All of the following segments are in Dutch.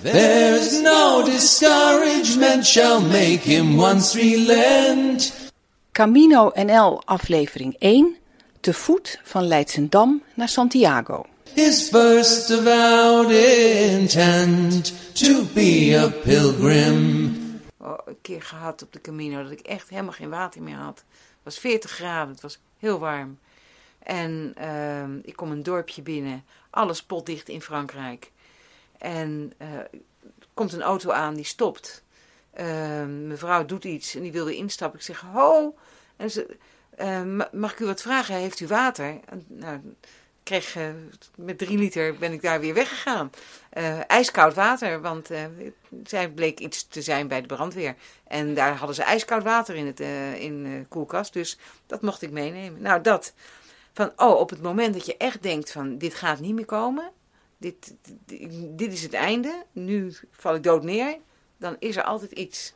There's no discouragement shall make him once relent. Camino NL aflevering 1. Te voet van Leidschendam naar Santiago. His first avowed intent to be a pilgrim. Een keer gehad op de Camino dat ik echt helemaal geen water meer had. Het was 40 graden, het was heel warm. En ik kom een dorpje binnen, alles potdicht in Frankrijk. En er komt een auto aan, die stopt. Mevrouw doet iets en die wilde instappen. Ik zeg, ho! En ze, mag ik u wat vragen? Heeft u water? En, nou, kreeg, met 3 liter ben ik daar weer weggegaan. Ijskoud water, want zij bleek iets te zijn bij de brandweer. En daar hadden ze ijskoud water in de koelkast, dus dat mocht ik meenemen. Nou, dat van, op het moment dat je echt denkt van, dit gaat niet meer komen, dit is het einde, nu val ik dood neer, dan is er altijd iets.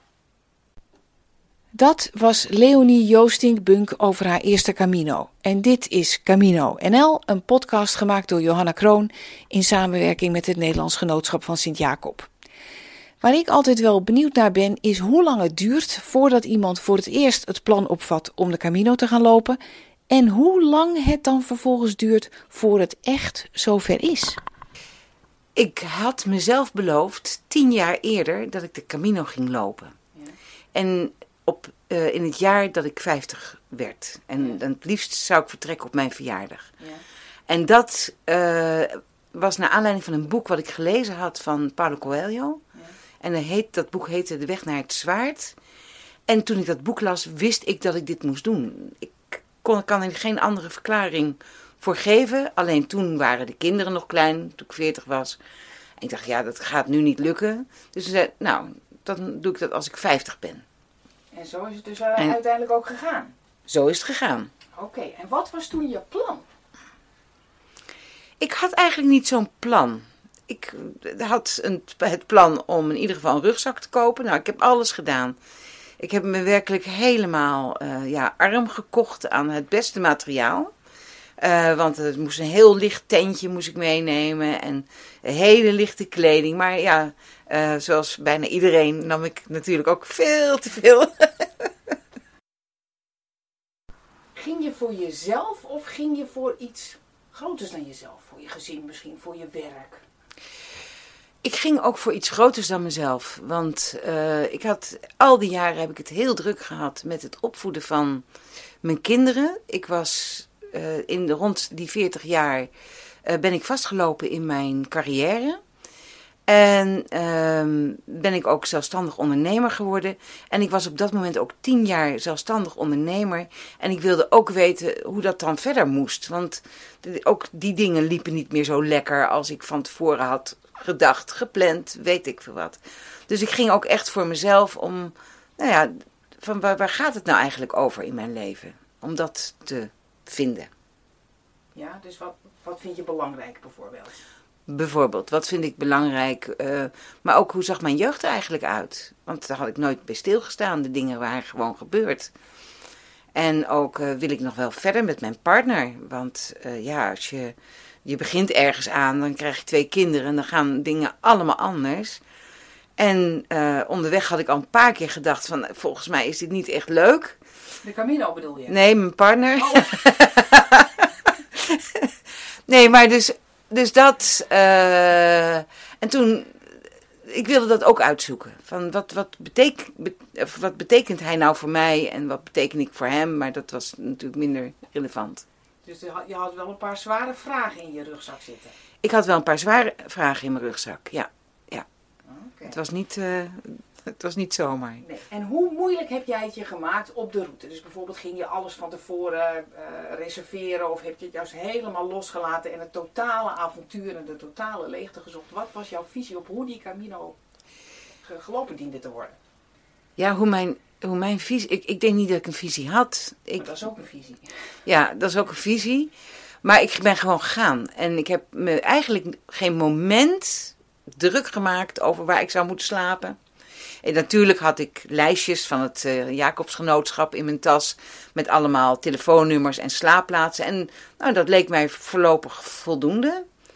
Dat was Leonie Joostink-Bunk over haar eerste Camino. En dit is Camino NL, een podcast gemaakt door Johanna Kroon in samenwerking met het Nederlands Genootschap van Sint-Jacob. Waar ik altijd wel benieuwd naar ben, is hoe lang het duurt voordat iemand voor het eerst het plan opvat om de Camino te gaan lopen en hoe lang het dan vervolgens duurt voor het echt zover is. Ik had mezelf beloofd 10 jaar eerder dat ik de Camino ging lopen. Ja. En in het jaar dat ik 50 werd. En het liefst zou ik vertrekken op mijn verjaardag. Ja. En dat was naar aanleiding van een boek wat ik gelezen had van Paulo Coelho. Ja. En dat boek heette De Weg naar het Zwaard. En toen ik dat boek las, wist ik dat ik dit moest doen. Ik kan er geen andere verklaring voor geven. Alleen toen waren de kinderen nog klein, toen ik 40 was. En ik dacht, ja, dat gaat nu niet lukken. Dus ze zei, nou, dan doe ik dat als ik 50 ben. En zo is het dus uiteindelijk ook gegaan? Zo is het gegaan. Oké, en wat was toen je plan? Ik had eigenlijk niet zo'n plan. Ik had het plan om in ieder geval een rugzak te kopen. Nou, ik heb alles gedaan. Ik heb me werkelijk helemaal arm gekocht aan het beste materiaal. Want het moest een heel licht tentje moest ik meenemen en hele lichte kleding. Maar ja, zoals bijna iedereen nam ik natuurlijk ook veel te veel. Ging je voor jezelf of ging je voor iets groters dan jezelf? Voor je gezin misschien, voor je werk? Ik ging ook voor iets groters dan mezelf. Want al die jaren heb ik het heel druk gehad met het opvoeden van mijn kinderen. Ik was rond die 40 jaar ben ik vastgelopen in mijn carrière. En ben ik ook zelfstandig ondernemer geworden. En ik was op dat moment ook 10 jaar zelfstandig ondernemer. En ik wilde ook weten hoe dat dan verder moest. Want ook die dingen liepen niet meer zo lekker als ik van tevoren had gedacht, gepland, weet ik veel wat. Dus ik ging ook echt voor mezelf om, van waar gaat het nou eigenlijk over in mijn leven? Om dat te vinden. Ja, dus wat vind je belangrijk bijvoorbeeld? Bijvoorbeeld, wat vind ik belangrijk? Maar ook, hoe zag mijn jeugd er eigenlijk uit? Want daar had ik nooit bij stilgestaan. De dingen waren gewoon gebeurd. En ook, wil ik nog wel verder met mijn partner? Want als je begint ergens aan, dan krijg je 2 kinderen en dan gaan dingen allemaal anders. En onderweg had ik al een paar keer gedacht van, volgens mij is dit niet echt leuk. De Camino bedoel je? Nee, mijn partner. Oh. Nee, maar dus dat. En toen, ik wilde dat ook uitzoeken. Van wat betekent hij nou voor mij en wat beteken ik voor hem? Maar dat was natuurlijk minder relevant. Dus je had wel een paar zware vragen in je rugzak zitten? Ik had wel een paar zware vragen in mijn rugzak, ja. Okay. Het was niet zomaar. Nee. En hoe moeilijk heb jij het je gemaakt op de route? Dus bijvoorbeeld ging je alles van tevoren reserveren of heb je het juist helemaal losgelaten en het totale avontuur en de totale leegte gezocht? Wat was jouw visie op hoe die Camino gelopen diende te worden? Ja, hoe mijn visie... Ik denk niet dat ik een visie had. Maar dat is ook een visie. Ja, dat is ook een visie. Maar ik ben gewoon gegaan. En ik heb me eigenlijk geen moment druk gemaakt over waar ik zou moeten slapen. En natuurlijk had ik lijstjes van het Jacobsgenootschap in mijn tas met allemaal telefoonnummers en slaapplaatsen. En nou, dat leek mij voorlopig voldoende.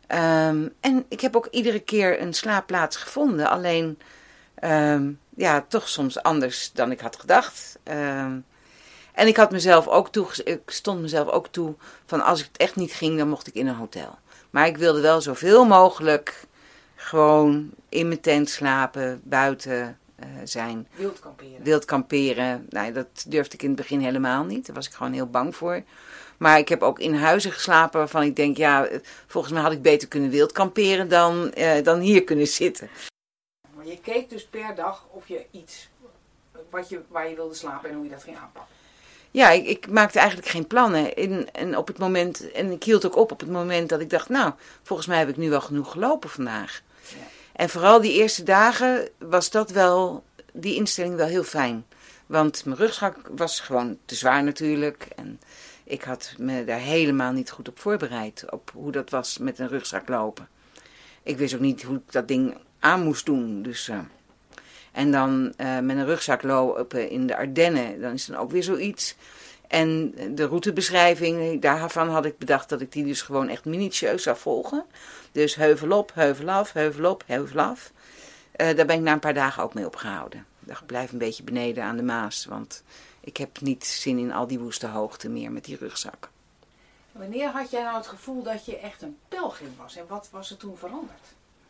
En ik heb ook iedere keer een slaapplaats gevonden. Alleen, toch soms anders dan ik had gedacht. En ik stond mezelf ook toe van als het echt niet ging, dan mocht ik in een hotel. Maar ik wilde wel zoveel mogelijk gewoon in mijn tent slapen, buiten zijn. Wild kamperen. Nou, dat durfde ik in het begin helemaal niet. Daar was ik gewoon heel bang voor. Maar ik heb ook in huizen geslapen waarvan ik denk, volgens mij had ik beter kunnen wild kamperen dan hier kunnen zitten. Maar je keek dus per dag of je iets waar je wilde slapen en hoe je dat ging aanpakken. Ja, ik maakte eigenlijk geen plannen. En ik hield ook op het moment dat ik dacht, volgens mij heb ik nu wel genoeg gelopen vandaag. Ja. En vooral die eerste dagen was die instelling wel heel fijn. Want mijn rugzak was gewoon te zwaar natuurlijk. En ik had me daar helemaal niet goed op voorbereid. Op hoe dat was met een rugzak lopen. Ik wist ook niet hoe ik dat ding aan moest doen. Dus, en dan met een rugzak lopen in de Ardennen. Dan is dan ook weer zoiets. En de routebeschrijving, daarvan had ik bedacht dat ik die dus gewoon echt minutieus zou volgen. Dus heuvel op, heuvel af, heuvel op, heuvel af. Daar ben ik na een paar dagen ook mee opgehouden. Ik dacht, blijf een beetje beneden aan de Maas. Want ik heb niet zin in al die woeste hoogte meer met die rugzak. Wanneer had jij nou het gevoel dat je echt een pelgrim was? En wat was er toen veranderd?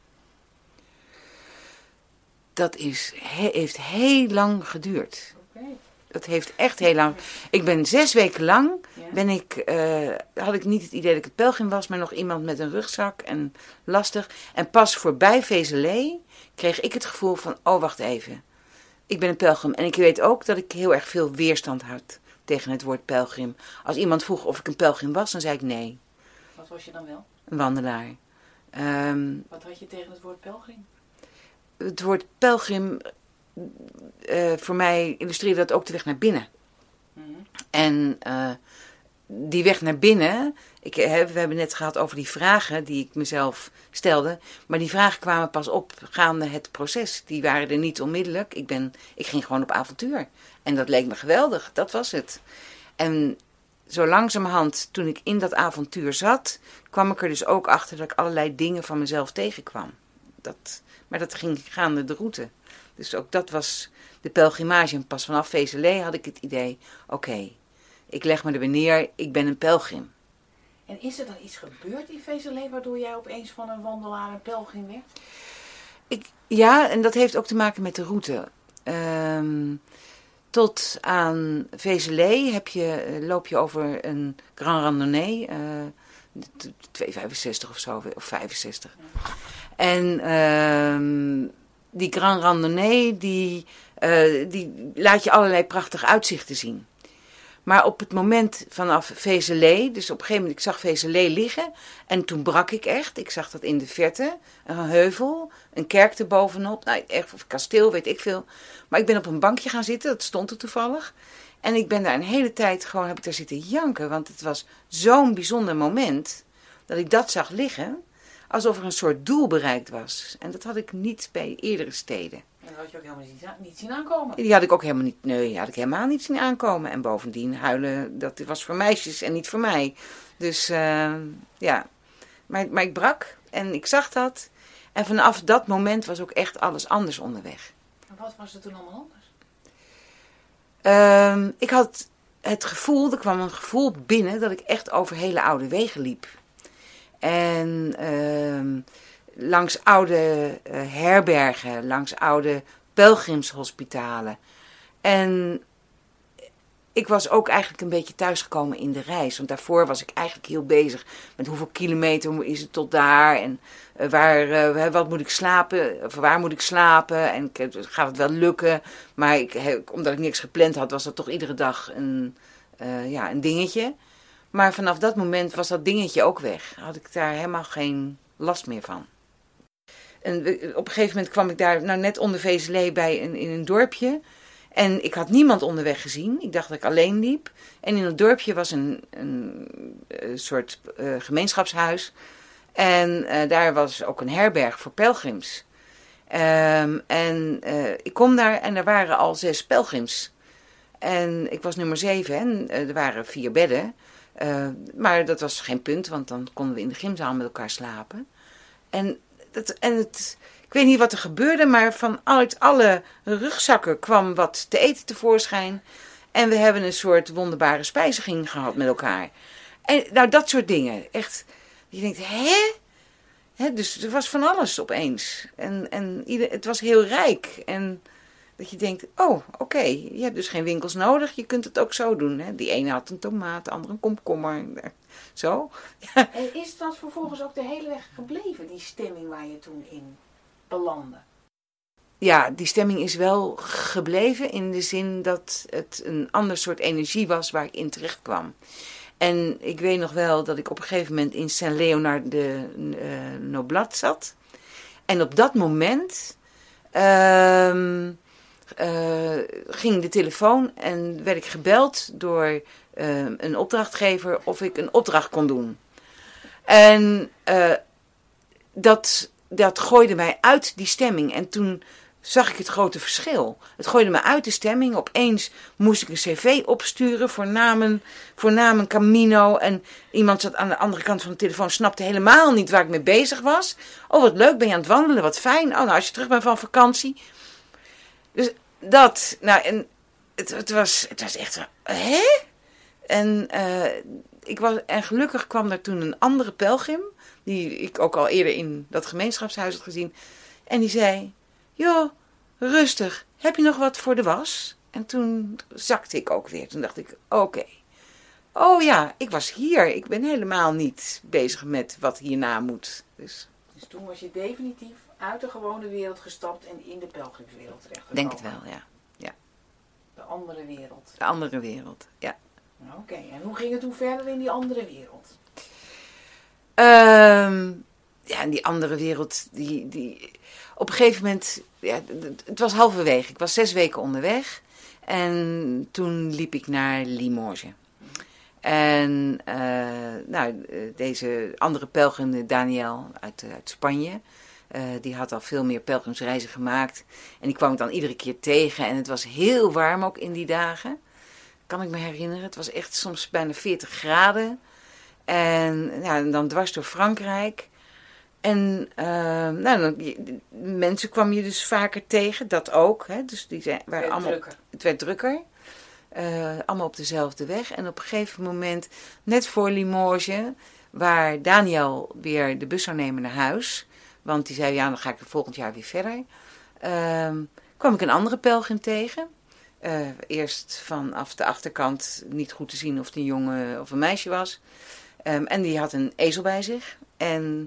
Dat heeft heel lang geduurd. Okay. Dat heeft echt heel lang. Ik ben 6 weken lang, had ik niet het idee dat ik het pelgrim was, maar nog iemand met een rugzak en lastig. En pas voorbij Vézelay kreeg ik het gevoel van, oh wacht even, ik ben een pelgrim. En ik weet ook dat ik heel erg veel weerstand had tegen het woord pelgrim. Als iemand vroeg of ik een pelgrim was, dan zei ik nee. Wat was je dan wel? Een wandelaar. Wat had je tegen het woord pelgrim? Het woord pelgrim, voor mij illustreerde dat ook de weg naar binnen. Mm-hmm. En die weg naar binnen, we hebben net gehad over die vragen die ik mezelf stelde. Maar die vragen kwamen pas op gaande het proces. Die waren er niet onmiddellijk. Ik ging gewoon op avontuur. En dat leek me geweldig, dat was het. En zo langzamerhand, toen ik in dat avontuur zat, kwam ik er dus ook achter dat ik allerlei dingen van mezelf tegenkwam. Maar dat ging gaande de route. Dus ook dat was de pelgrimage. En pas vanaf Vézelay had ik het idee, oké, ik leg me er weer neer, ik ben een pelgrim. En is er dan iets gebeurd in Vézelay waardoor jij opeens van een wandelaar een pelgrim werd? Ja, en dat heeft ook te maken met de route. Tot aan Vézelay loop je over een Grand Randonnée, 265 of zo, of 65. Ja. En die Grand Randonnée, die laat je allerlei prachtige uitzichten zien. Maar op het moment vanaf Vézelay, dus op een gegeven moment, ik zag Vézelay liggen. En toen brak ik echt. Ik zag dat in de verte. Een heuvel, een kerk erbovenop. Of kasteel, weet ik veel. Maar ik ben op een bankje gaan zitten, dat stond er toevallig. En ik ben daar een hele tijd gewoon, heb ik daar zitten janken. Want het was zo'n bijzonder moment, dat ik dat zag liggen. Alsof er een soort doel bereikt was. En dat had ik niet bij eerdere steden. En dat had je ook helemaal niet zien aankomen? Die had ik ook helemaal niet zien aankomen. En bovendien, huilen, dat was voor meisjes en niet voor mij. Dus ja, maar ik brak en ik zag dat. En vanaf dat moment was ook echt alles anders onderweg. En wat was er toen allemaal anders? Ik had het gevoel, er kwam een gevoel binnen dat ik echt over hele oude wegen liep. En langs oude herbergen, langs oude pelgrimshospitalen. En ik was ook eigenlijk een beetje thuisgekomen in de reis. Want daarvoor was ik eigenlijk heel bezig met hoeveel kilometer is het tot daar. En wat moet ik slapen, of waar moet ik slapen. En gaat het wel lukken. Maar omdat ik niks gepland had, was dat toch iedere dag een dingetje. Maar vanaf dat moment was dat dingetje ook weg. Had ik daar helemaal geen last meer van. En op een gegeven moment kwam ik daar net onder Vézelay in een dorpje. En ik had niemand onderweg gezien. Ik dacht dat ik alleen liep. En in het dorpje was een soort gemeenschapshuis. En daar was ook een herberg voor pelgrims. Ik kom daar en er waren al 6 pelgrims. En ik was nummer 7 en er waren 4 bedden. Maar dat was geen punt, want dan konden we in de gymzaal met elkaar slapen. Ik weet niet wat er gebeurde, maar uit alle rugzakken kwam wat te eten tevoorschijn. En we hebben een soort wonderbare spijziging gehad met elkaar. En nou, dat soort dingen. Echt, je denkt, hè? Dus er was van alles opeens. Het was heel rijk. En dat je denkt, oké, je hebt dus geen winkels nodig. Je kunt het ook zo doen. Hè? Die ene had een tomaat, de andere een komkommer. Zo. Ja. En is dat vervolgens ook de hele weg gebleven, die stemming waar je toen in belandde? Ja, die stemming is wel gebleven in de zin dat het een ander soort energie was waar ik in terecht kwam. En ik weet nog wel dat ik op een gegeven moment in Saint-Léonard de Noblat zat. En op dat moment ging de telefoon en werd ik gebeld door een opdrachtgever of ik een opdracht kon doen. En dat gooide mij uit die stemming. En toen zag ik het grote verschil. Het gooide me uit de stemming. Opeens moest ik een cv opsturen voor namen Camino. En iemand zat aan de andere kant van de telefoon, snapte helemaal niet waar ik mee bezig was. Oh, wat leuk, ben je aan het wandelen, wat fijn. Oh, nou, als je terug bent van vakantie. Dus dat, nou, en het was echt, hè? En gelukkig kwam er toen een andere pelgrim, die ik ook al eerder in dat gemeenschapshuis had gezien. En die zei, joh, rustig, heb je nog wat voor de was? En toen zakte ik ook weer. Toen dacht ik, oké. Oh ja, ik was hier. Ik ben helemaal niet bezig met wat hierna moet. Dus toen was je definitief uit de gewone wereld gestapt en in de pelgrimswereld terechtgekomen? Denk het wel, ja. De andere wereld? De andere wereld, ja. Oké, en hoe ging het toen verder in die andere wereld? Ja, in die andere wereld, die op een gegeven moment, ja, het was halverwege. Ik was 6 weken onderweg en toen liep ik naar Limoges. En deze andere pelgrim, Daniel uit Spanje, die had al veel meer pelgrimsreizen gemaakt. En die kwam ik dan iedere keer tegen en het was heel warm ook in die dagen. Kan ik me herinneren, het was echt soms bijna 40 graden. En dan dwars door Frankrijk. En mensen kwam je dus vaker tegen, dat ook. Hè? Dus het werd drukker. Allemaal op dezelfde weg. En op een gegeven moment, net voor Limoges, waar Daniel weer de bus zou nemen naar huis. Want die zei, ja, dan ga ik volgend jaar weer verder. Kwam ik een andere pelgrim tegen. Eerst vanaf de achterkant niet goed te zien of het een jongen of een meisje was. En die had een ezel bij zich. En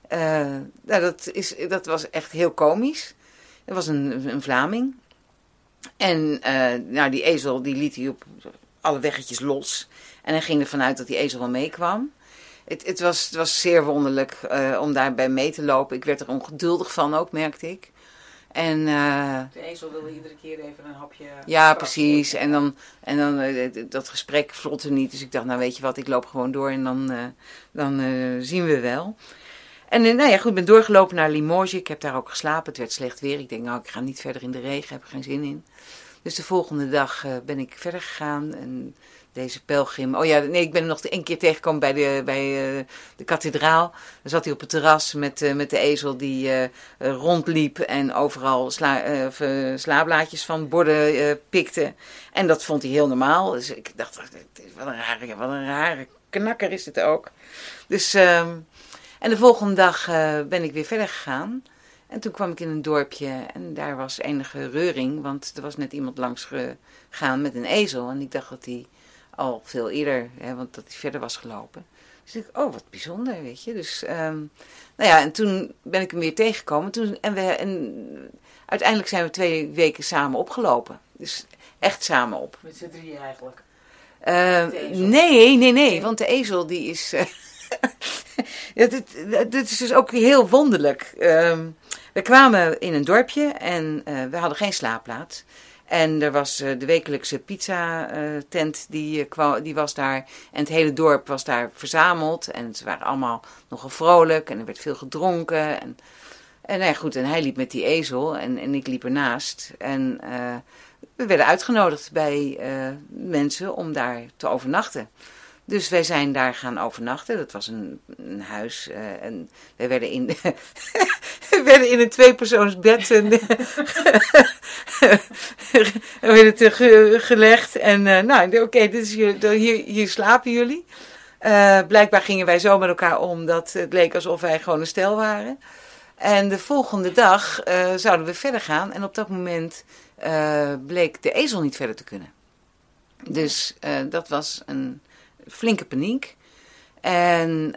dat was echt heel komisch. Dat was een Vlaming. En die ezel die liet hij op alle weggetjes los. En hij ging ervan uit dat die ezel wel meekwam. Het was zeer wonderlijk om daarbij mee te lopen. Ik werd er ongeduldig van ook, merkte ik. En, de ezel wilde iedere keer even een hapje. Ja, precies. En dan dat gesprek vlotte niet. Dus ik dacht, nou weet je wat, ik loop gewoon door en dan zien we wel. En goed, ik ben doorgelopen naar Limoges. Ik heb daar ook geslapen. Het werd slecht weer. Ik denk, nou, ik ga niet verder in de regen. Heb er geen zin in. Dus de volgende dag ben ik verder gegaan. En deze pelgrim... Oh ja, nee, ik ben hem nog 1 keer tegengekomen bij de kathedraal. Dan zat hij op het terras met de ezel die rondliep. En overal slaablaadjes van borden pikte. En dat vond hij heel normaal. Dus ik dacht, wat een rare knakker is het ook. Dus... En de volgende dag ben ik weer verder gegaan. En toen kwam ik in een dorpje en daar was enige reuring. Want er was net iemand langs gegaan met een ezel. En ik dacht dat hij al veel eerder, want dat hij verder was gelopen. Dus ik dacht, oh wat bijzonder, weet je. Dus, en toen ben ik hem weer tegengekomen. En uiteindelijk zijn we 2 weken samen opgelopen. Dus echt samen op. Met z'n 3 eigenlijk? Nee, want de ezel die is... Ja, dit is dus ook heel wonderlijk. We kwamen in een dorpje en we hadden geen slaapplaats. En er was de wekelijkse pizza-tent die was daar. En het hele dorp was daar verzameld. En ze waren allemaal nogal vrolijk en er werd veel gedronken. En hij liep met die ezel en ik liep ernaast. En we werden uitgenodigd bij mensen om daar te overnachten. Dus wij zijn daar gaan overnachten. Dat was een huis. En wij werden we werden in een 2-persoonsbed gelegd. En oké, dit is hier slapen jullie. Blijkbaar gingen wij zo met elkaar om dat het leek alsof wij gewoon een stel waren. En de volgende dag zouden we verder gaan. En op dat moment bleek de ezel niet verder te kunnen. Dus dat was een flinke paniek. En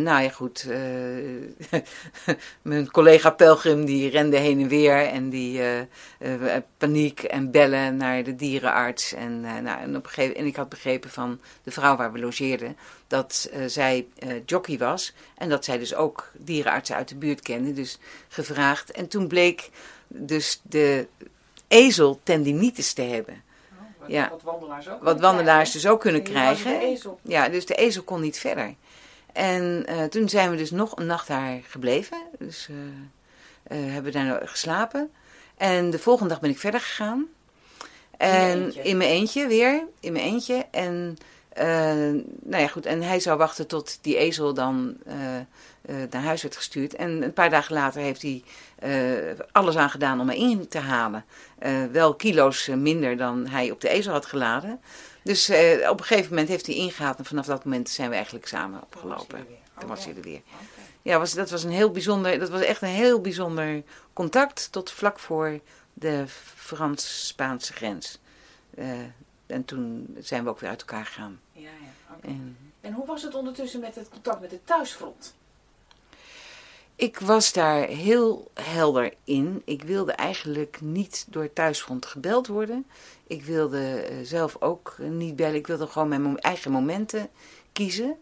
mijn collega Pelgrim die rende heen en weer en die paniek en bellen naar de dierenarts. En ik had begrepen van de vrouw waar we logeerden dat zij jockey was en dat zij dus ook dierenartsen uit de buurt kende. Dus gevraagd. En toen bleek dus de ezel tendinitis te hebben. Ja. Wat wandelaars ook wat wandelaars dus ook kunnen krijgen. De ezel. Ja, dus de ezel kon niet verder. En toen zijn we dus nog een nacht daar gebleven. Dus hebben we daar geslapen. En de volgende dag ben ik verder gegaan. En in mijn eentje weer. In mijn eentje. En en hij zou wachten tot die ezel dan naar huis werd gestuurd. En een paar dagen later heeft hij alles aan gedaan om me in te halen. Wel kilo's minder dan hij op de ezel had geladen. Dus op een gegeven moment heeft hij ingehaald. En vanaf dat moment zijn we eigenlijk samen opgelopen. Toen was hij er weer. Ja, dat was echt een heel bijzonder contact. Tot vlak voor de Frans-Spaanse grens. En toen zijn we ook weer uit elkaar gegaan. Ja, okay. En hoe was het ondertussen met het contact met het thuisfront? Ik was daar heel helder in. Ik wilde eigenlijk niet door het thuisfront gebeld worden. Ik wilde zelf ook niet bellen. Ik wilde gewoon mijn eigen momenten kiezen.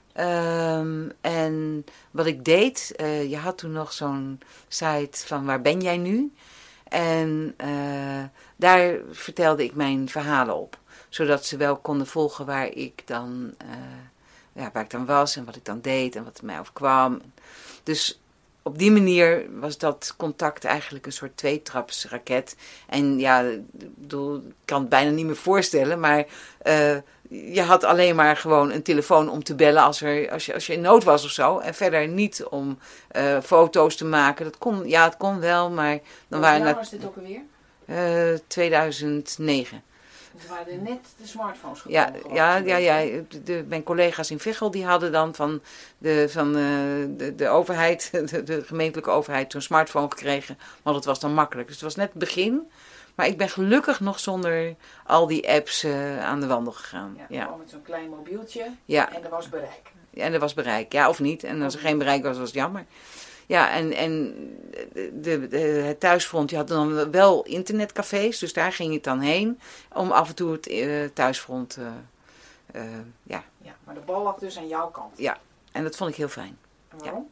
En wat ik deed, je had toen nog zo'n site van waar ben jij nu? En daar vertelde ik mijn verhalen op. Zodat ze wel konden volgen waar ik dan was en wat ik dan deed en wat er mij overkwam. Dus op die manier was dat contact eigenlijk een soort tweetrapsraket. En ja, ik kan het bijna niet meer voorstellen, maar je had alleen maar gewoon een telefoon om te bellen als je in nood was of zo. En verder niet om foto's te maken. Het kon wel, maar dan waren het... was dit ook alweer? 2009. Toen waren er net de smartphones gekomen. Mijn collega's in Veghel die hadden dan van de overheid, de gemeentelijke overheid, zo'n smartphone gekregen. Want het was dan makkelijk. Dus het was net het begin. Maar ik ben gelukkig nog zonder al die apps aan de wandel gegaan. Ja, gewoon met zo'n klein mobieltje. Ja. En er was bereik. Ja, en er was bereik. Ja, of niet. En als er geen bereik was, was het jammer. Ja, en het thuisfront, je had dan wel internetcafés, dus daar ging het dan heen om af en toe het thuisfront, Ja, maar de bal lag dus aan jouw kant. Ja, en dat vond ik heel fijn. En waarom?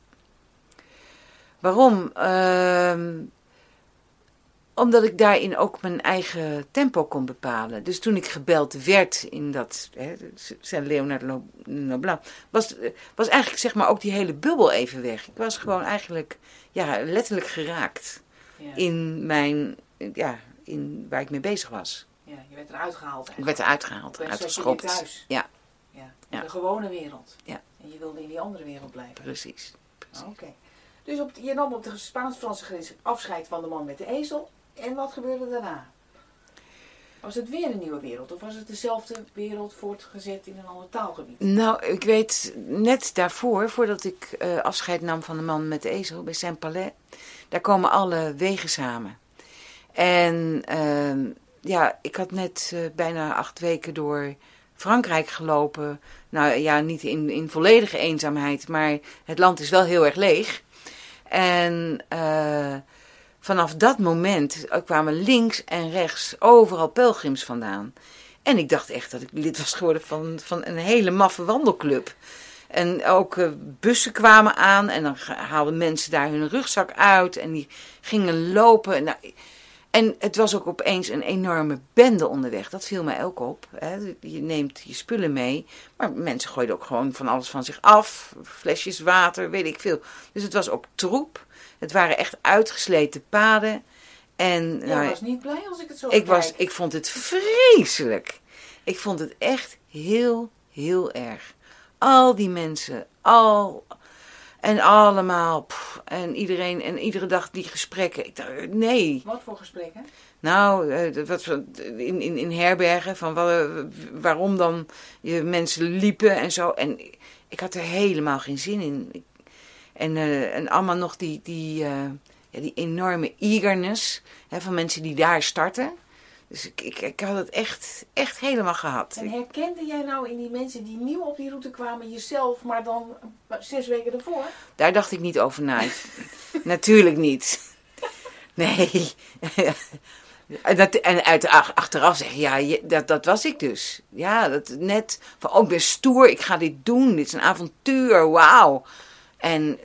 Ja. Waarom? Omdat ik daarin ook mijn eigen tempo kon bepalen. Dus toen ik gebeld werd in dat Saint-Léonard Noblat, was eigenlijk zeg maar ook die hele bubbel even weg. Ik was gewoon eigenlijk letterlijk geraakt in in waar ik mee bezig was. Ja, je werd eruit gehaald. Ik werd eruit gehaald, uitgeschopt. Thuis. Ja. De gewone wereld. Ja. En je wilde in die andere wereld blijven. Precies. Oké. Dus je nam op de Spaans-Franse grens afscheid van de man met de ezel. En wat gebeurde daarna? Was het weer een nieuwe wereld? Of was het dezelfde wereld voortgezet in een ander taalgebied? Nou, ik weet net daarvoor, voordat ik afscheid nam van de man met de ezel bij Saint-Palais, daar komen alle wegen samen. En ik had net bijna 8 weken door Frankrijk gelopen. Nou ja, niet in volledige eenzaamheid, maar het land is wel heel erg leeg. En vanaf dat moment kwamen links en rechts overal pelgrims vandaan. En ik dacht echt dat ik lid was geworden van een hele maffe wandelclub. En ook bussen kwamen aan en dan haalden mensen daar hun rugzak uit en die gingen lopen. Nou, en het was ook opeens een enorme bende onderweg. Dat viel mij ook op. Hè. Je neemt je spullen mee, maar mensen gooiden ook gewoon van alles van zich af. Flesjes water, weet ik veel. Dus het was ook troep. Het waren echt uitgesleten paden. En, je was niet blij als ik het zo ik vond het vreselijk. Ik vond het echt heel, heel erg. Al die mensen, en allemaal, en iedereen, en iedere dag die gesprekken. Ik dacht, nee. Wat voor gesprekken? Nou, in herbergen, van waarom dan mensen liepen en zo. En ik had er helemaal geen zin in. En allemaal nog die enorme eagerness van mensen die daar starten. Dus ik had het echt helemaal gehad. En herkende jij nou in die mensen die nieuw op die route kwamen jezelf, maar dan 6 weken ervoor? Daar dacht ik niet over na. Natuurlijk niet. Nee. En achteraf zeggen, ja, dat was ik dus. Ja, dat net van, ik ben stoer, ik ga dit doen. Dit is een avontuur, wauw. En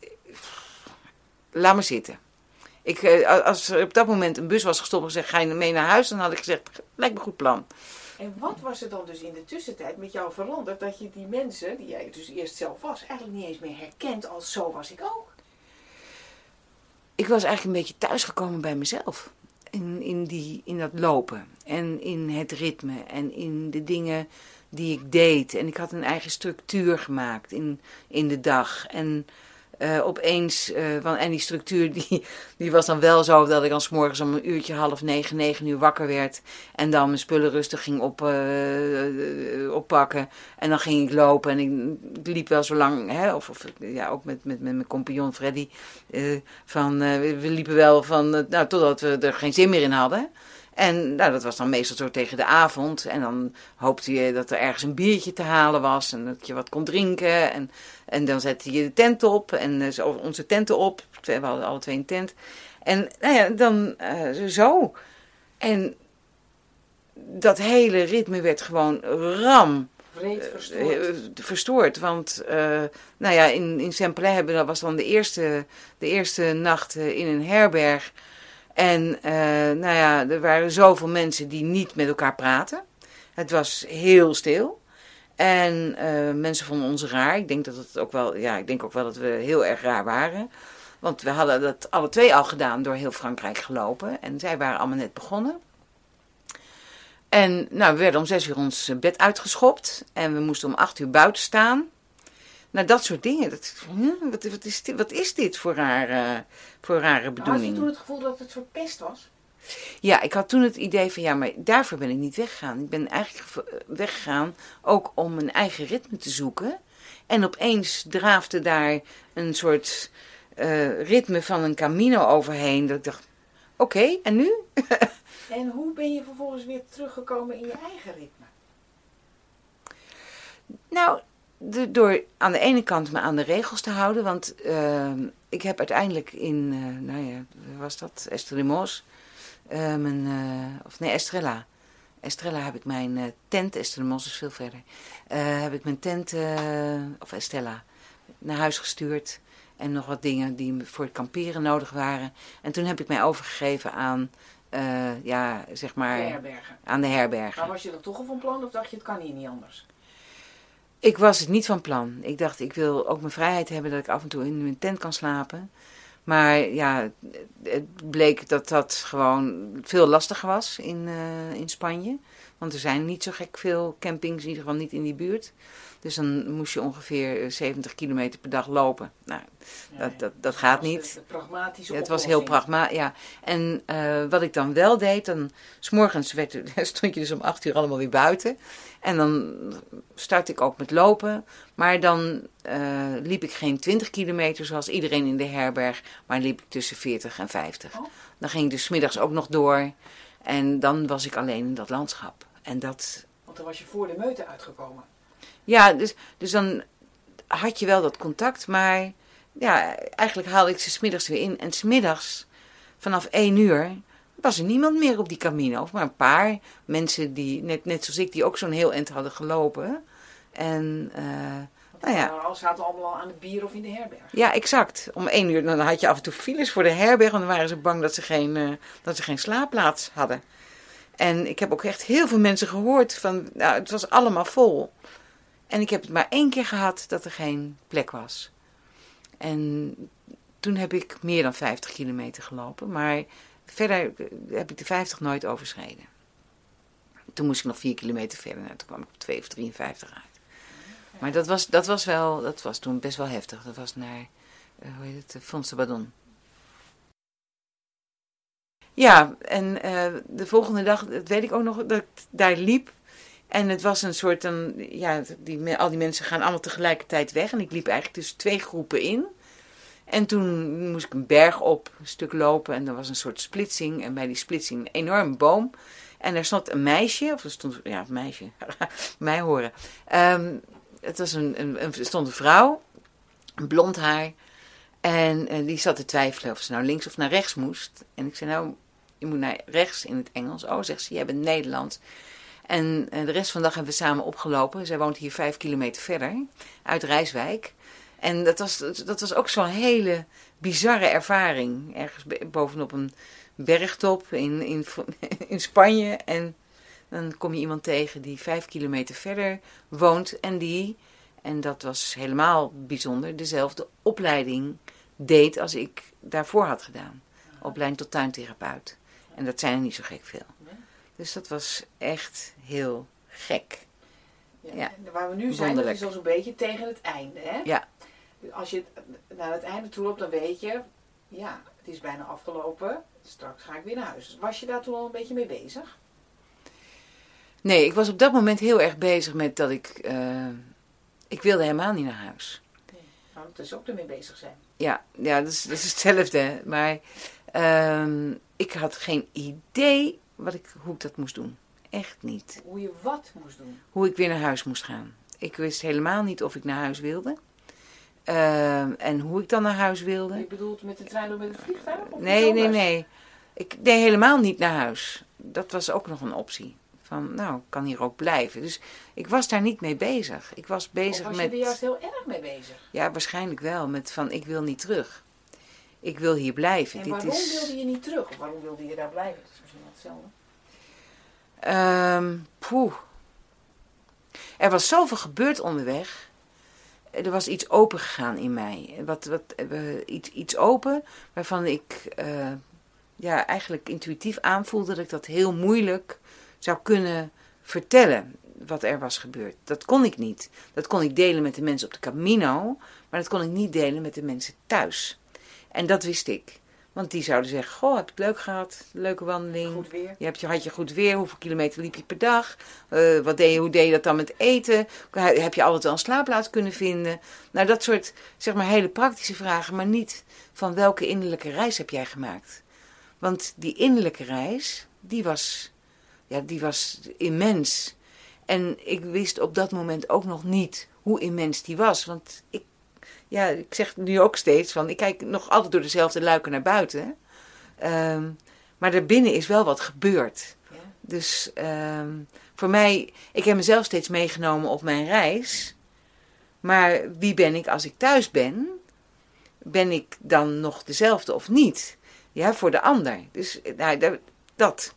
laat maar zitten. Als er op dat moment een bus was gestopt en gezegd, ga je mee naar huis? Dan had ik gezegd, lijkt me een goed plan. En wat was er dan dus in de tussentijd met jou veranderd, dat je die mensen, die jij dus eerst zelf was, eigenlijk niet eens meer herkent als zo was ik ook? Ik was eigenlijk een beetje thuisgekomen bij mezelf. In dat lopen. En in het ritme. En in de dingen die ik deed. En ik had een eigen structuur gemaakt in de dag. En opeens, en die structuur die was dan wel zo dat ik dan 's morgens om 8:30, 9 uur wakker werd. En dan mijn spullen rustig ging oppakken. En dan ging ik lopen. En ik liep wel zo lang, ook met mijn compagnon Freddy. We liepen wel totdat we er geen zin meer in hadden. En dat was dan meestal zo tegen de avond. En dan hoopte je dat er ergens een biertje te halen was. En dat je wat kon drinken. En dan zette je de tent op. En onze tenten op. We hadden alle 2 een tent. En dan zo. En dat hele ritme werd gewoon verstoord. Want in Saint-Pelay was dan de eerste nacht in een herberg. En er waren zoveel mensen die niet met elkaar praten. Het was heel stil. En mensen vonden ons raar. Ik denk ook wel dat we heel erg raar waren. Want we hadden dat alle 2 al gedaan, door heel Frankrijk gelopen. En zij waren allemaal net begonnen. En we werden om 6 uur ons bed uitgeschopt. En we moesten om 8 uur buiten staan. Nou, dat soort dingen. Wat is dit voor rare bedoeling? Had je toen het gevoel dat het verpest was? Ja, ik had toen het idee van, maar daarvoor ben ik niet weggegaan. Ik ben eigenlijk weggegaan ook om mijn eigen ritme te zoeken. En opeens draafde daar een soort ritme van een Camino overheen. Dat ik dacht, oké, en nu? En hoe ben je vervolgens weer teruggekomen in je eigen ritme? Nou, door aan de ene kant me aan de regels te houden. Want ik heb uiteindelijk Estremoz. Estrella. Estrella heb ik mijn tent, Estremoz is veel verder. Heb ik mijn tent, Estella, naar huis gestuurd. En nog wat dingen die voor het kamperen nodig waren. En toen heb ik mij overgegeven aan, de herbergen. Aan de herbergen. Maar was je dat toch al van plan of dacht je, het kan hier niet anders? Ik was het niet van plan. Ik dacht, ik wil ook mijn vrijheid hebben dat ik af en toe in mijn tent kan slapen. Maar ja, het bleek dat gewoon veel lastiger was in Spanje. Want er zijn niet zo gek veel campings, in ieder geval niet in die buurt. Dus dan moest je ongeveer 70 kilometer per dag lopen. Nou, dat gaat niet. Het was heel pragmatisch, ja. En wat ik dan wel deed, dan 's morgens stond je dus om 8 uur allemaal weer buiten. En dan startte ik ook met lopen. Maar dan liep ik geen 20 kilometer zoals iedereen in de herberg. Maar liep ik tussen 40 en 50. Oh. Dan ging ik dus 's middags ook nog door. En dan was ik alleen in dat landschap. En dat... Want dan was je voor de meute uitgekomen. Ja, dus dan had je wel dat contact. Maar ja, eigenlijk haalde ik ze 's middags weer in. En 's middags, vanaf 1 uur... was er niemand meer op die Camino. Maar een paar mensen die, net zoals ik, die ook zo'n heel eind hadden gelopen. En, Al zaten allemaal aan het bier of in de herberg. Ja, exact. Om 1 uur, dan had je af en toe files voor de herberg. En dan waren ze bang dat ze geen slaapplaats hadden. En ik heb ook echt heel veel mensen gehoord van, het was allemaal vol. En ik heb het maar 1 keer gehad dat er geen plek was. En toen heb ik meer dan 50 kilometer gelopen. Maar verder heb ik de 50 nooit overschreden. Toen moest ik nog 4 kilometer verder. Toen kwam ik op 2 of 53 uit. Maar dat was toen best wel heftig. Dat was naar, hoe heet het, Fons de Badon. Ja, en de volgende dag, dat weet ik ook nog, dat ik daar liep. En het was een soort, al die mensen gaan allemaal tegelijkertijd weg. En ik liep eigenlijk tussen 2 groepen in. En toen moest ik een berg op, een stuk lopen. En er was een soort splitsing. En bij die splitsing een enorme boom. En daar stond een meisje, of er stond, ja, een meisje, mij horen. Er stond een vrouw, een blond haar. En die zat te twijfelen of ze nou links of naar rechts moest. En ik zei, nou, je moet naar rechts in het Engels. Oh, zegt ze, jij bent Nederlands. En de rest van de dag hebben we samen opgelopen. Zij woont hier 5 kilometer verder, uit Rijswijk. En dat was ook zo'n hele bizarre ervaring. Ergens bovenop een bergtop in Spanje. En dan kom je iemand tegen die 5 kilometer verder woont. En dat was helemaal bijzonder, dezelfde opleiding deed als ik daarvoor had gedaan. Opleiding tot tuintherapeut. En dat zijn er niet zo gek veel. Dus dat was echt heel gek. Ja. Waar we nu zijn, dat is al zo'n beetje tegen het einde. Hè? Ja. Als je naar het einde toe loopt, dan weet je, ja, het is bijna afgelopen. Straks ga ik weer naar huis. Was je daar toen al een beetje mee bezig? Nee, ik was op dat moment heel erg bezig met dat ik wilde helemaal niet naar huis. Nee. Nou, dat is ook ermee bezig zijn. Ja, dat is hetzelfde. Maar ik had geen idee hoe ik dat moest doen. Echt niet. Hoe je wat moest doen? Hoe ik weer naar huis moest gaan. Ik wist helemaal niet of ik naar huis wilde. En hoe ik dan naar huis wilde. Je bedoelt met de trein of met het vliegtuig? Of Nee. Ik deed helemaal niet naar huis. Dat was ook nog een optie. Van, nou, ik kan hier ook blijven. Dus ik was daar niet mee bezig. Ik was bezig of was je er juist heel erg mee bezig? Ja, waarschijnlijk wel. Met van, ik wil niet terug. Ik wil hier blijven. En waarom wilde je niet terug? Of waarom wilde je daar blijven? Dat is misschien wel hetzelfde. Er was zoveel gebeurd onderweg. Er was iets open gegaan in mij. Iets open waarvan ik eigenlijk intuïtief aanvoelde dat ik dat heel moeilijk zou kunnen vertellen wat er was gebeurd. Dat kon ik niet. Dat kon ik delen met de mensen op de Camino, maar dat kon ik niet delen met de mensen thuis. En dat wist ik. Want die zouden zeggen, goh, heb ik het leuk gehad, leuke wandeling. Goed weer. Had je goed weer, hoeveel kilometer liep je per dag? Hoe deed je dat dan met eten? Heb je altijd wel een slaapplaats kunnen vinden? Nou, dat soort, zeg maar, hele praktische vragen, maar niet van welke innerlijke reis heb jij gemaakt? Want die innerlijke reis, die was immens. En ik wist op dat moment ook nog niet hoe immens die was. Want ik zeg nu ook steeds van, ik kijk nog altijd door dezelfde luiken naar buiten. Maar daarbinnen is wel wat gebeurd. Ja. Dus voor mij, ik heb mezelf steeds meegenomen op mijn reis. Maar wie ben ik als ik thuis ben? Ben ik dan nog dezelfde of niet? Ja, voor de ander. Dus dat.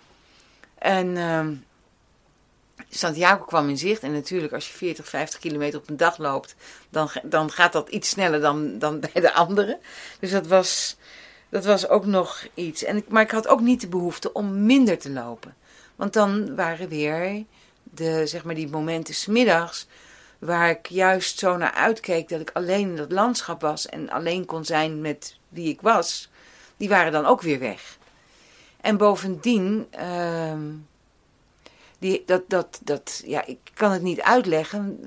En Santiago kwam in zicht. En natuurlijk als je 40, 50 kilometer op een dag loopt, dan gaat dat iets sneller dan bij de anderen. Dus dat was ook nog iets. Maar ik had ook niet de behoefte om minder te lopen. Want dan waren weer die momenten 's middags waar ik juist zo naar uitkeek dat ik alleen in dat landschap was en alleen kon zijn met wie ik was. Die waren dan ook weer weg. En bovendien, ik kan het niet uitleggen,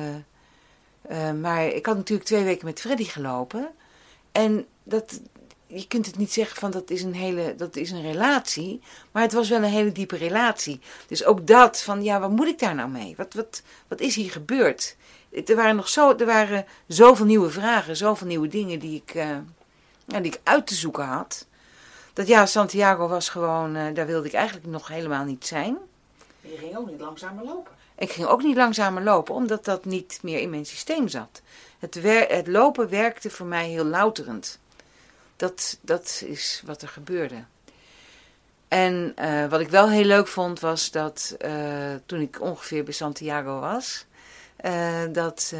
maar ik had natuurlijk 2 weken met Freddy gelopen. En je kunt het niet zeggen van dat is een relatie, maar het was wel een hele diepe relatie. Dus ook dat van, ja, wat moet ik daar nou mee? Wat is hier gebeurd? Er waren zoveel nieuwe vragen, zoveel nieuwe dingen die ik uit te zoeken had. Dat Santiago was gewoon, daar wilde ik eigenlijk nog helemaal niet zijn. Je ging ook niet langzamer lopen. Ik ging ook niet langzamer lopen, omdat dat niet meer in mijn systeem zat. Het lopen werkte voor mij heel louterend. Dat is wat er gebeurde. En wat ik wel heel leuk vond, was dat toen ik ongeveer bij Santiago was, dat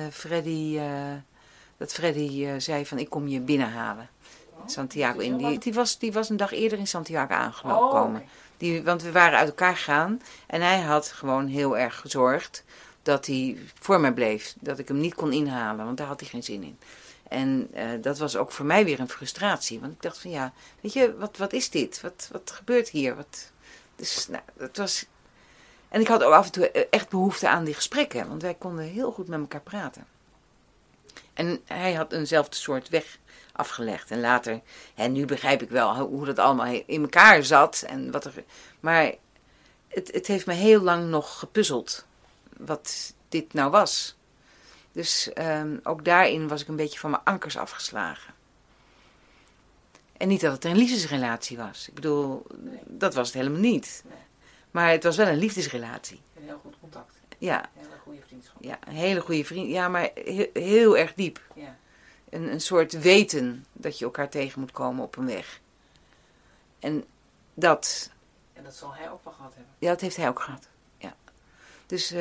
Freddy zei van, ik kom je binnenhalen. Santiago die was een dag eerder in Santiago aangekomen. Okay. Want we waren uit elkaar gegaan en hij had gewoon heel erg gezorgd dat hij voor mij bleef. Dat ik hem niet kon inhalen, want daar had hij geen zin in. En dat was ook voor mij weer een frustratie. Want ik dacht van ja, weet je, wat is dit? Wat gebeurt hier? Dus, nou, het was... En ik had ook af en toe echt behoefte aan die gesprekken. Want wij konden heel goed met elkaar praten. En hij had eenzelfde soort weg afgelegd. En later, en nu begrijp ik wel hoe dat allemaal in elkaar zat. Maar het heeft me heel lang nog gepuzzeld. Wat dit nou was. Dus ook daarin was ik een beetje van mijn ankers afgeslagen. En niet dat het een liefdesrelatie was. Ik bedoel, dat was het helemaal niet. Nee. Maar het was wel een liefdesrelatie. Een heel goed contact. Ja. Een hele goede vriendschap. Ja, een hele goede vriend. Ja, maar heel erg diep. Ja. Een soort weten dat je elkaar tegen moet komen op een weg. En dat... En dat zal hij ook wel gehad hebben. Ja, dat heeft hij ook gehad. Ja. Dus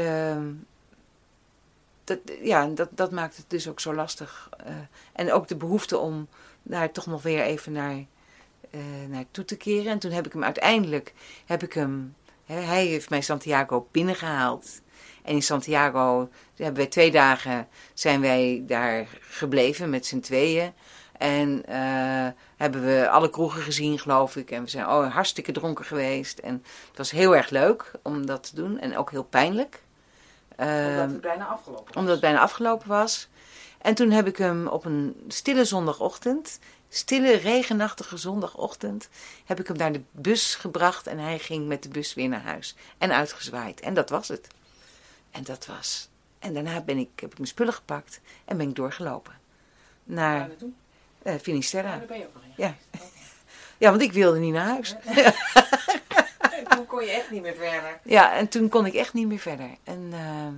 dat maakt het dus ook zo lastig. En ook de behoefte om daar toch nog weer even naar toe te keren. En toen heb ik hem uiteindelijk... hij heeft mij Santiago binnengehaald. En in Santiago hebben wij 2 dagen zijn wij daar gebleven met z'n tweeën. En hebben we alle kroegen gezien, geloof ik. En we zijn hartstikke dronken geweest. En het was heel erg leuk om dat te doen. En ook heel pijnlijk. Omdat het bijna afgelopen was. Omdat het bijna afgelopen was. En toen heb ik hem op een stille zondagochtend... Stille, regenachtige zondagochtend... heb ik hem naar de bus gebracht. En hij ging met de bus weer naar huis. En uitgezwaaid. En dat was het. En daarna heb ik mijn spullen gepakt. En ben ik doorgelopen. Naar Finisterre. Ja, daar ben je ook nog in. Ja. Ja, want ik wilde niet naar huis. En toen kon je echt niet meer verder. Ja, en toen kon ik echt niet meer verder. En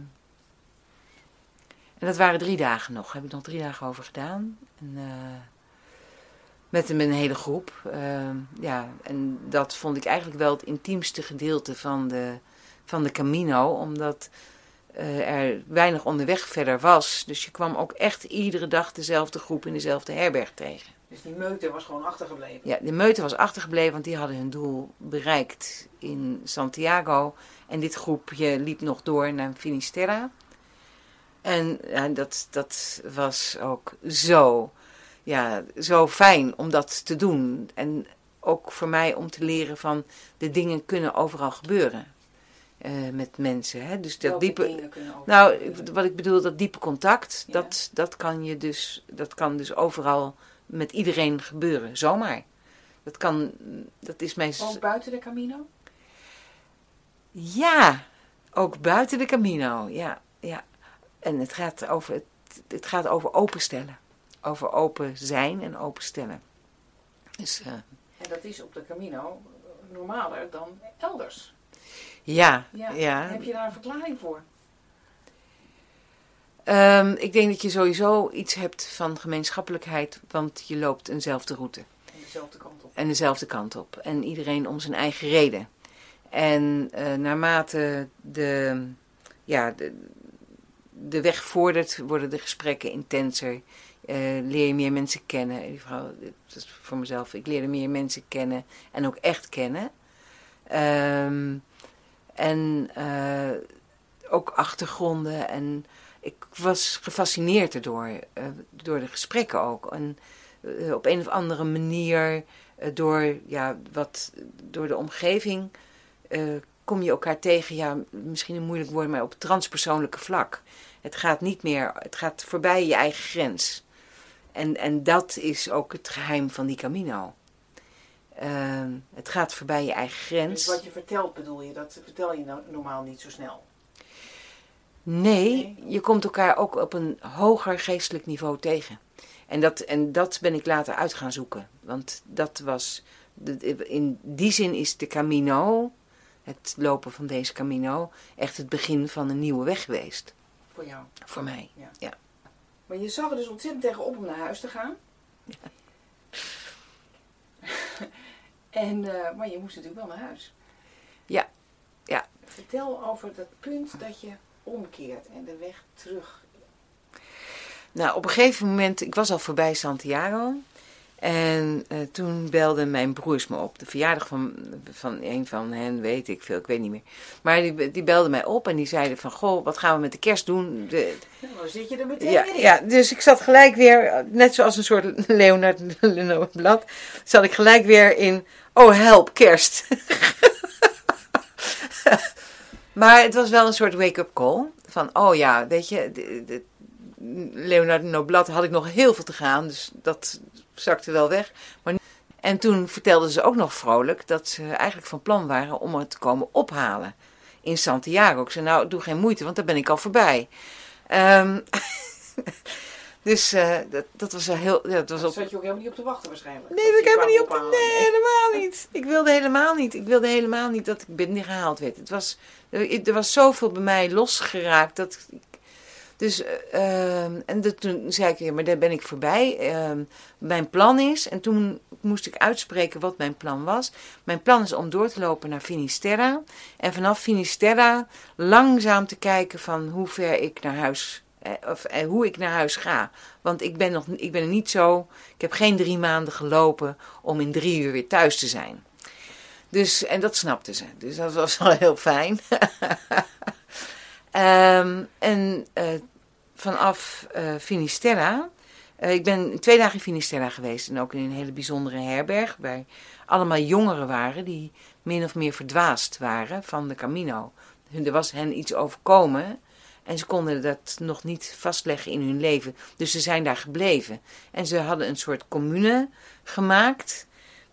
dat waren 3 dagen nog. Daar heb ik nog 3 dagen over gedaan. En, met een hele groep. En dat vond ik eigenlijk wel het intiemste gedeelte van de Camino. Omdat er weinig onderweg verder was. Dus je kwam ook echt iedere dag dezelfde groep in dezelfde herberg tegen. Dus die meute was gewoon achtergebleven? Ja, de meute was achtergebleven, want die hadden hun doel bereikt in Santiago. En dit groepje liep nog door naar Finisterre. En dat was ook zo fijn om dat te doen. En ook voor mij om te leren van de dingen kunnen overal gebeuren. Met mensen. Hè? Dus dat diepe, wat ik bedoel, dat diepe contact, ja. dat kan dus overal met iedereen gebeuren. Zomaar. Dat is mijn... Ook buiten de Camino? Ja, ook buiten de Camino. Ja. En het gaat over openstellen. Over open zijn en openstellen. Dus, en dat is op de Camino normaler dan elders. Ja. Heb je daar een verklaring voor? Ik denk dat je sowieso iets hebt van gemeenschappelijkheid, want je loopt eenzelfde route. En dezelfde kant op. En iedereen om zijn eigen reden. En naarmate de weg vordert, worden de gesprekken intenser. Leer je meer mensen kennen. Dat is voor mezelf. Ik leerde meer mensen kennen en ook echt kennen. En ook achtergronden. En ik was gefascineerd erdoor. Door de gesprekken ook. En op een of andere manier door de omgeving kom je elkaar tegen. Ja, misschien een moeilijk woord, maar op het transpersoonlijke vlak. Het gaat voorbij je eigen grens. En dat is ook het geheim van die Camino. Het gaat voorbij je eigen grens. Dus wat je vertelt, bedoel je, dat vertel je normaal niet zo snel? Nee, je komt elkaar ook op een hoger geestelijk niveau tegen. En dat ben ik later uit gaan zoeken. Want dat was, in die zin is de Camino, het lopen van deze Camino, echt het begin van een nieuwe weg geweest. Voor jou? Voor mij, ja. Maar je zag er dus ontzettend tegenop om naar huis te gaan. Ja. Maar je moest natuurlijk wel naar huis. Ja. Vertel over dat punt dat je omkeert en de weg terug. Nou, op een gegeven moment, ik was al voorbij Santiago. En toen belden mijn broers me op. De verjaardag van een van hen, weet ik veel, ik weet niet meer. Maar die belden mij op en die zeiden van, goh, wat gaan we met de kerst doen? Dan zit je er meteen in. Ja, dus ik zat gelijk weer, net zoals een soort Leonard blad, zat ik gelijk weer in, oh help, kerst. Maar het was wel een soort wake-up call. Van, oh ja, weet je, Leonardo Blad had ik nog heel veel te gaan, dus dat zakte wel weg. En toen vertelden ze ook nog vrolijk dat ze eigenlijk van plan waren om het te komen ophalen in Santiago. Ik zei, nou, doe geen moeite, want daar ben ik al voorbij. Dus dat was wel heel... Ja, Daar zat je ook helemaal niet op te wachten waarschijnlijk. Nee, dat ik helemaal niet op... Nee, helemaal niet. Ik wilde helemaal niet dat ik binnengehaald werd. Er was zoveel bij mij losgeraakt dat... Dus, toen zei ik, ja, maar daar ben ik voorbij. Mijn plan is, en toen moest ik uitspreken wat mijn plan was. Mijn plan is om door te lopen naar Finisterra. En vanaf Finisterra langzaam te kijken van hoe ver ik naar huis, hoe ik naar huis ga. Want ik ben er niet zo, ik heb geen 3 maanden gelopen om in 3 uur weer thuis te zijn. Dus, en dat snapten ze. Dus dat was wel heel fijn. Vanaf Finisterra, ik ben 2 dagen in Finisterra geweest en ook in een hele bijzondere herberg, waar allemaal jongeren waren die min of meer verdwaasd waren van de Camino. Er was hen iets overkomen en ze konden dat nog niet vastleggen in hun leven, dus ze zijn daar gebleven. En ze hadden een soort commune gemaakt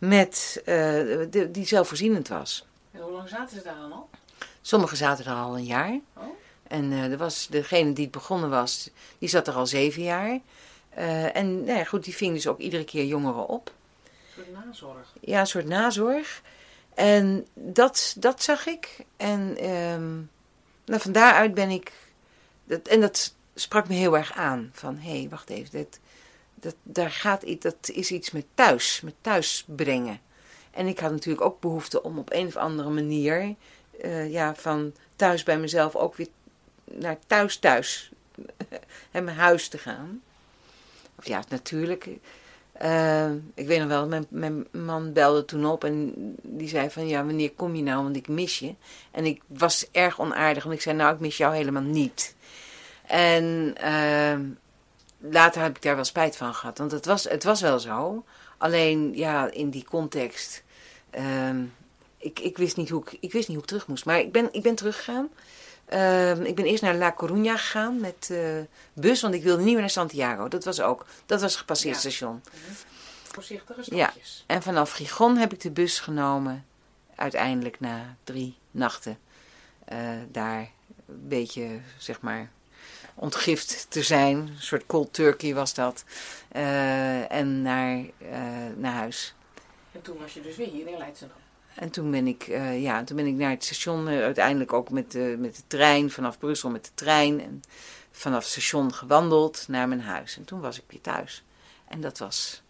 die zelfvoorzienend was. En hoe lang zaten ze daar dan al? Sommigen zaten er al een jaar. Oh. En er was degene die het begonnen was, die zat er al 7 jaar. En nou ja, goed, die ving dus ook iedere keer jongeren op. Een soort nazorg. Ja, een soort nazorg. En dat zag ik. En van daaruit ben ik... Dat sprak me heel erg aan. Van, hé, wacht even. Dat is iets met thuis brengen. En ik had natuurlijk ook behoefte om op een of andere manier... van thuis bij mezelf ook weer naar thuis en mijn huis te gaan. Of ja, natuurlijk. Ik weet nog wel, mijn man belde toen op en die zei van, ja, wanneer kom je nou, want ik mis je. En ik was erg onaardig, want ik zei, nou, ik mis jou helemaal niet. En later heb ik daar wel spijt van gehad, want het was wel zo. Alleen, ja, in die context... Ik wist niet hoe ik terug moest. Maar ik ben teruggegaan. Ik ben eerst naar La Coruña gegaan met bus, want ik wilde niet meer naar Santiago. Dat was gepasseerd station. Voorzichtige stapjes. Ja, en vanaf Gijon heb ik de bus genomen. Uiteindelijk na 3 nachten daar een beetje, zeg maar, ontgift te zijn. Een soort cold turkey was dat. En naar huis. En toen was je dus weer hier in Leidschendam. En toen ben ik naar het station, uiteindelijk ook met de trein, vanaf Brussel met de trein. En vanaf het station gewandeld naar mijn huis. En toen was ik weer thuis. En dat was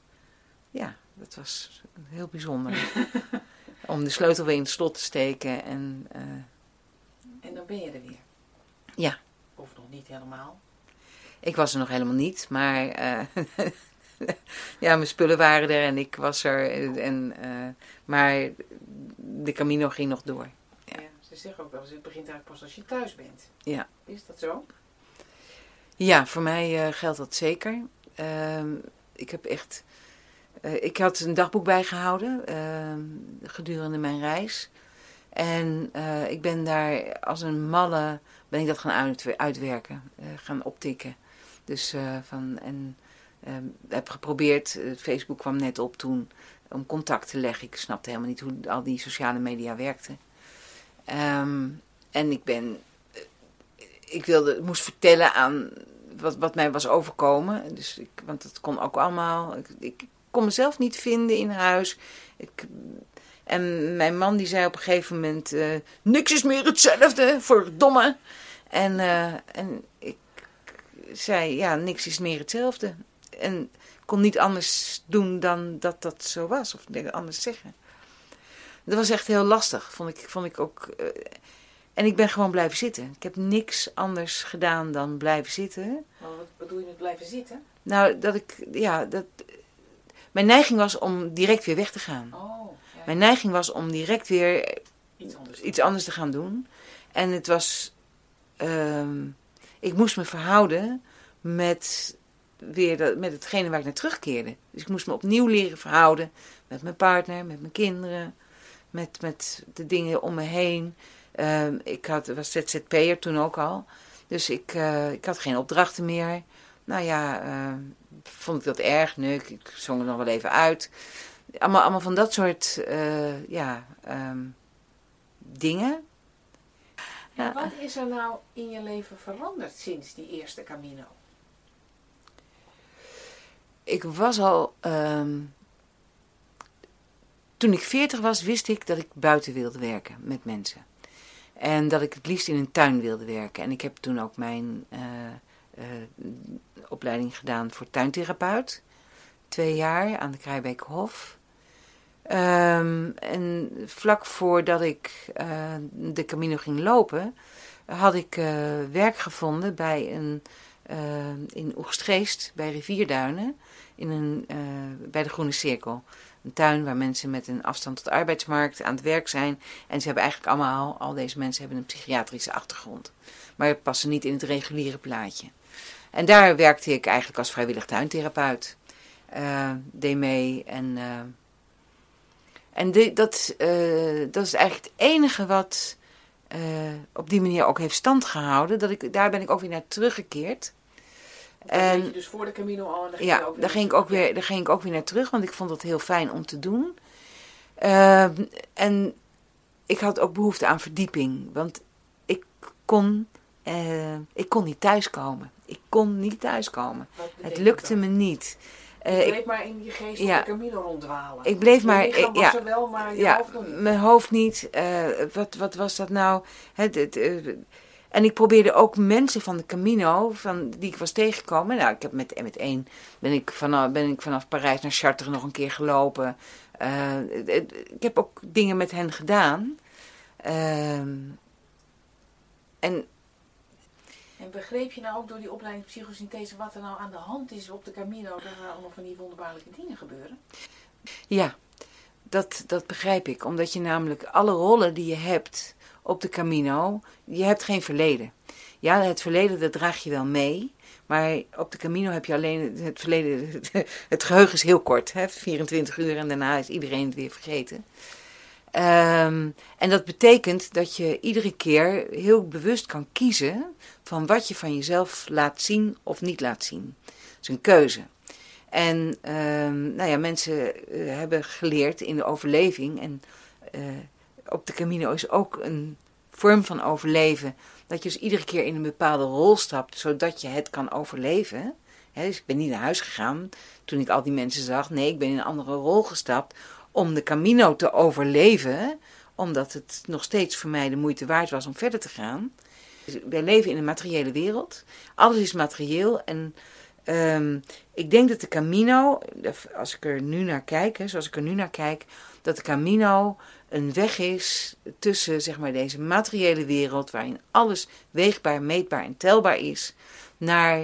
heel bijzonder. Om de sleutel weer in het slot te steken. En dan ben je er weer? Ja. Of nog niet helemaal? Ik was er nog helemaal niet, maar... ja, mijn spullen waren er en ik was er. Maar de Camino ging nog door. Ja. Ja, ze zeggen ook wel eens, het begint eigenlijk pas als je thuis bent. Ja. Is dat zo? Ja, voor mij geldt dat zeker. Ik had een dagboek bijgehouden gedurende mijn reis. En ik ben daar als een malle ben ik dat gaan uitwerken, gaan optikken. Dus heb geprobeerd, Facebook kwam net op toen, om contact te leggen. Ik snapte helemaal niet hoe al die sociale media werkten. En ik moest vertellen aan wat mij was overkomen. Dus want dat kon ook allemaal, ik kon mezelf niet vinden in huis. En mijn man die zei op een gegeven moment, niks is meer hetzelfde, verdomme. En ik zei, ja, niks is meer hetzelfde. En kon niet anders doen dan dat zo was. Of anders zeggen. Dat was echt heel lastig. Vond ik ook. En ik ben gewoon blijven zitten. Ik heb niks anders gedaan dan blijven zitten. Maar wat bedoel je met blijven zitten? Nou, Mijn neiging was om direct weer weg te gaan. Mijn neiging was om direct weer iets anders te gaan doen. En het was... ik moest me verhouden met hetgene waar ik naar terugkeerde. Dus ik moest me opnieuw leren verhouden met mijn partner, met mijn kinderen, met de dingen om me heen. Ik was ZZP'er toen ook al. Dus ik had geen opdrachten meer. Nou ja, vond ik dat erg? Nee, ik zong er nog wel even uit. Allemaal van dat soort dingen. En wat is er nou in je leven veranderd sinds die eerste Camino? Ik was al... toen ik 40 was, wist ik dat ik buiten wilde werken met mensen. En dat ik het liefst in een tuin wilde werken. En ik heb toen ook mijn opleiding gedaan voor tuintherapeut. 2 jaar aan de Krijbeekhof. En vlak voordat ik de Camino ging lopen, had ik werk gevonden bij in Oegstgeest, bij Rivierduinen, bij de Groene Cirkel. Een tuin waar mensen met een afstand tot de arbeidsmarkt aan het werk zijn. En ze hebben eigenlijk al deze mensen hebben een psychiatrische achtergrond. Maar passen niet in het reguliere plaatje. En daar werkte ik eigenlijk als vrijwillig tuintherapeut. Deed mee dat is eigenlijk het enige wat op die manier ook heeft stand gehouden. Daar ben ik ook weer naar teruggekeerd. En weet je dus voor de Camino al en daar ging ik ook weer naar terug, want ik vond het heel fijn om te doen. En ik had ook behoefte aan verdieping, want ik kon niet thuiskomen. Het lukte me niet. Je bleef maar in je geest op de Camino ronddwalen. Ik bleef maar... Je lichaam was er wel, maar je hoofd nog niet. Mijn hoofd niet. Wat was dat nou? En ik probeerde ook mensen van de Camino, die ik was tegengekomen. Nou, ik heb met één ben ik vanaf Parijs naar Chartres nog een keer gelopen. Ik heb ook dingen met hen gedaan. En begreep je nou ook door die opleiding psychosynthese wat er nou aan de hand is op de Camino, dat er allemaal van die wonderbaarlijke dingen gebeuren? Ja, dat begrijp ik. Omdat je namelijk alle rollen die je hebt op de Camino, je hebt geen verleden. Ja, het verleden dat draag je wel mee, maar op de Camino heb je alleen het verleden. Het geheugen is heel kort, 24 uur en daarna is iedereen het weer vergeten. En dat betekent dat je iedere keer heel bewust kan kiezen van wat je van jezelf laat zien of niet laat zien. Dat is een keuze. En mensen hebben geleerd in de overleving. En op de Camino is ook een vorm van overleven. Dat je dus iedere keer in een bepaalde rol stapt, zodat je het kan overleven. Dus ik ben niet naar huis gegaan toen ik al die mensen zag. Nee, ik ben in een andere rol gestapt om de Camino te overleven, omdat het nog steeds voor mij de moeite waard was om verder te gaan. Wij leven in een materiële wereld. Alles is materieel. En ik denk dat de Camino, als ik er nu naar kijk, zoals ik er nu naar kijk, dat de Camino een weg is tussen zeg maar, deze materiële wereld, waarin alles weegbaar, meetbaar en telbaar is, naar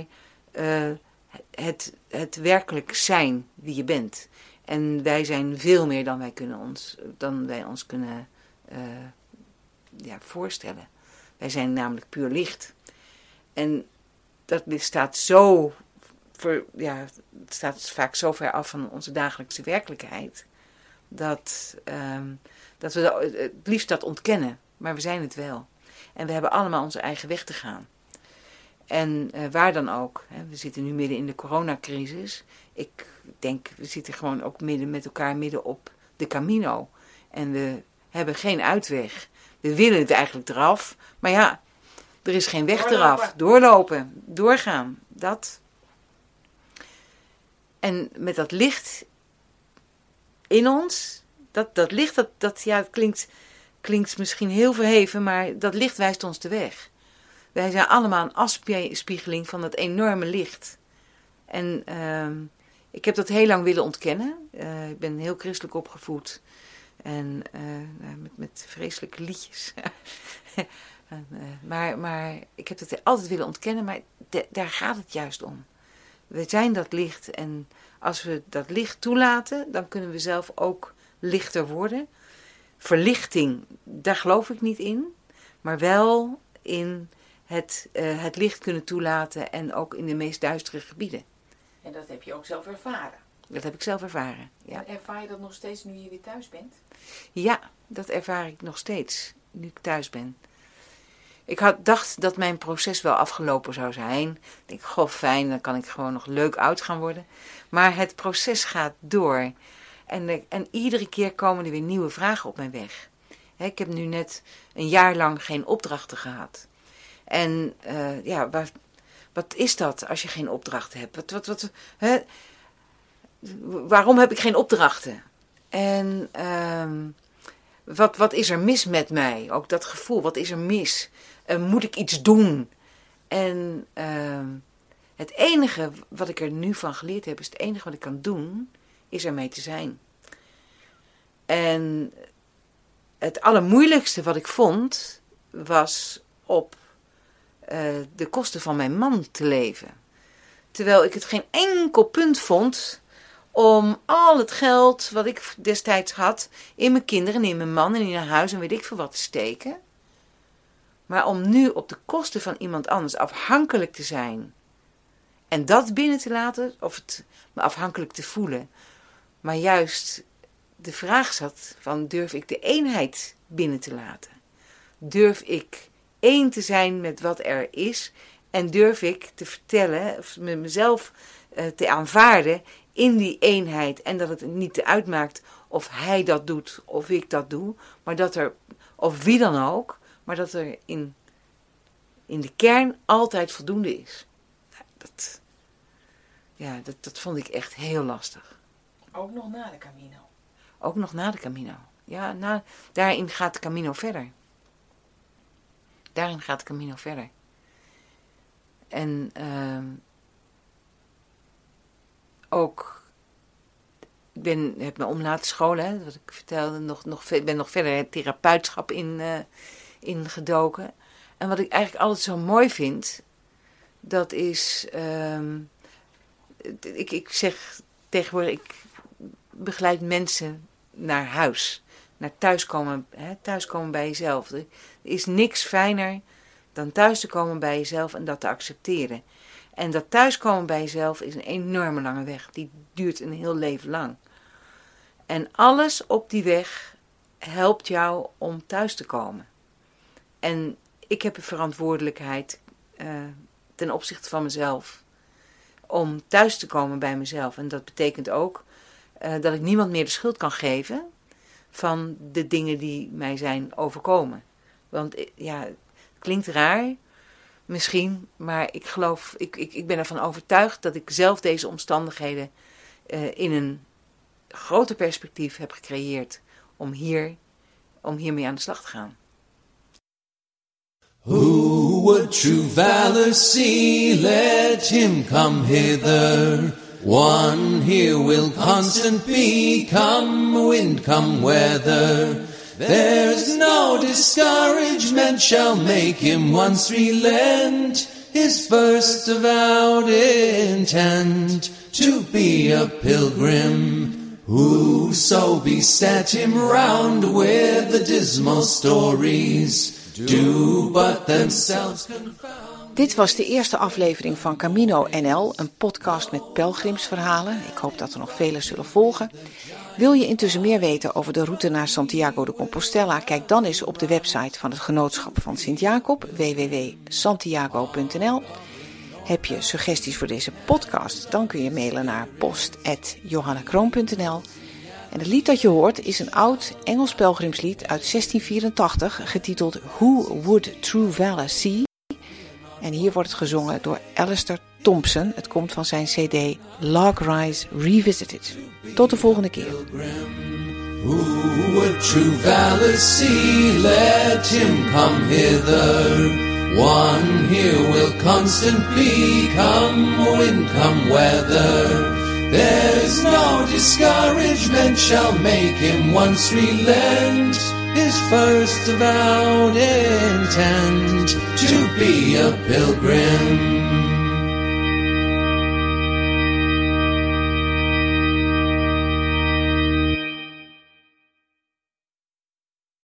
het werkelijk zijn wie je bent. En wij zijn veel meer dan wij ons kunnen voorstellen. Wij zijn namelijk puur licht. En dat staat het staat vaak zo ver af van onze dagelijkse werkelijkheid, dat we het liefst dat ontkennen. Maar we zijn het wel. En we hebben allemaal onze eigen weg te gaan. En waar dan ook. We zitten nu midden in de coronacrisis. Ik denk, we zitten gewoon ook met elkaar midden op de Camino. En we hebben geen uitweg. We willen het eigenlijk eraf. Maar ja, er is geen weg eraf. Doorlopen, doorgaan. Dat. En met dat licht in ons, dat licht, het klinkt misschien heel verheven, maar dat licht wijst ons de weg. Wij zijn allemaal een afspiegeling van dat enorme licht. En ik heb dat heel lang willen ontkennen. Ik ben heel christelijk opgevoed. En met vreselijke liedjes. Maar ik heb het altijd willen ontkennen, maar daar gaat het juist om. We zijn dat licht en als we dat licht toelaten, dan kunnen we zelf ook lichter worden. Verlichting, daar geloof ik niet in, maar wel in het licht kunnen toelaten en ook in de meest duistere gebieden. En dat heb je ook zelf ervaren? Dat heb ik zelf ervaren, ja. En ervaar je dat nog steeds nu je weer thuis bent? Ja, dat ervaar ik nog steeds, nu ik thuis ben. Ik dacht dat mijn proces wel afgelopen zou zijn. Ik denk, goh, fijn, dan kan ik gewoon nog leuk oud gaan worden. Maar het proces gaat door. En iedere keer komen er weer nieuwe vragen op mijn weg. Ik heb nu net een jaar lang geen opdrachten gehad. En wat is dat als je geen opdrachten hebt? Waarom heb ik geen opdrachten? En wat is er mis met mij? Ook dat gevoel, wat is er mis? Moet ik iets doen? En het enige wat ik er nu van geleerd heb, is het enige wat ik kan doen, is ermee te zijn. En het allermoeilijkste wat ik vond, was op de kosten van mijn man te leven. Terwijl ik het geen enkel punt vond om al het geld wat ik destijds had in mijn kinderen, in mijn man en in een huis en weet ik veel wat te steken. Maar om nu op de kosten van iemand anders afhankelijk te zijn en dat binnen te laten, of het me afhankelijk te voelen, maar juist de vraag zat van durf ik de eenheid binnen te laten? Durf ik één te zijn met wat er is en durf ik te vertellen, of mezelf te aanvaarden in die eenheid en dat het niet uitmaakt of hij dat doet of ik dat doe, maar dat er, of wie dan ook, maar dat er in de kern altijd voldoende is. Dat vond ik echt heel lastig. Ook nog na de Camino? Ook nog na de Camino. Ja, daarin gaat de Camino verder. Daarin gaat de Camino verder. En ook, ik heb me om laten scholen, wat ik vertelde, ik ben nog verder het therapeutschap ingedoken. En wat ik eigenlijk altijd zo mooi vind, dat is, ik zeg tegenwoordig, ik begeleid mensen naar huis. Naar thuiskomen bij jezelf. Er is niks fijner dan thuis te komen bij jezelf en dat te accepteren. En dat thuiskomen bij jezelf is een enorme lange weg. Die duurt een heel leven lang. En alles op die weg helpt jou om thuis te komen. En ik heb een verantwoordelijkheid ten opzichte van mezelf om thuis te komen bij mezelf. En dat betekent ook dat ik niemand meer de schuld kan geven van de dingen die mij zijn overkomen. Want ja, het klinkt raar misschien, maar ik geloof, ik ben ervan overtuigd dat ik zelf deze omstandigheden in een groter perspectief heb gecreëerd om hiermee aan de slag te gaan. Who would true valor see? Let him come hither. One here will constant be, come wind, come weather. There's no discouragement shall make him once relent his first avowed intent to be a pilgrim. Whoso beset him round with the dismal stories do but themselves confound. Dit was de eerste aflevering van Camino NL, een podcast met pelgrimsverhalen. Ik hoop dat er nog vele zullen volgen. Wil je intussen meer weten over de route naar Santiago de Compostela? Kijk dan eens op de website van het Genootschap van Sint-Jacob, www.santiago.nl. Heb je suggesties voor deze podcast? Dan kun je mailen naar post@johannakroon.nl. En het lied dat je hoort is een oud Engels pelgrimslied uit 1684, getiteld Who Would True Valor See? En hier wordt het gezongen door Alistair Thompson. Het komt van zijn cd Log Rise Revisited. Tot de volgende keer. Who would true valor see? Let him come hither. One here will constant be, come wind, come weather. There's no discouragement shall make him once relent his first avowed intent to be a pilgrim.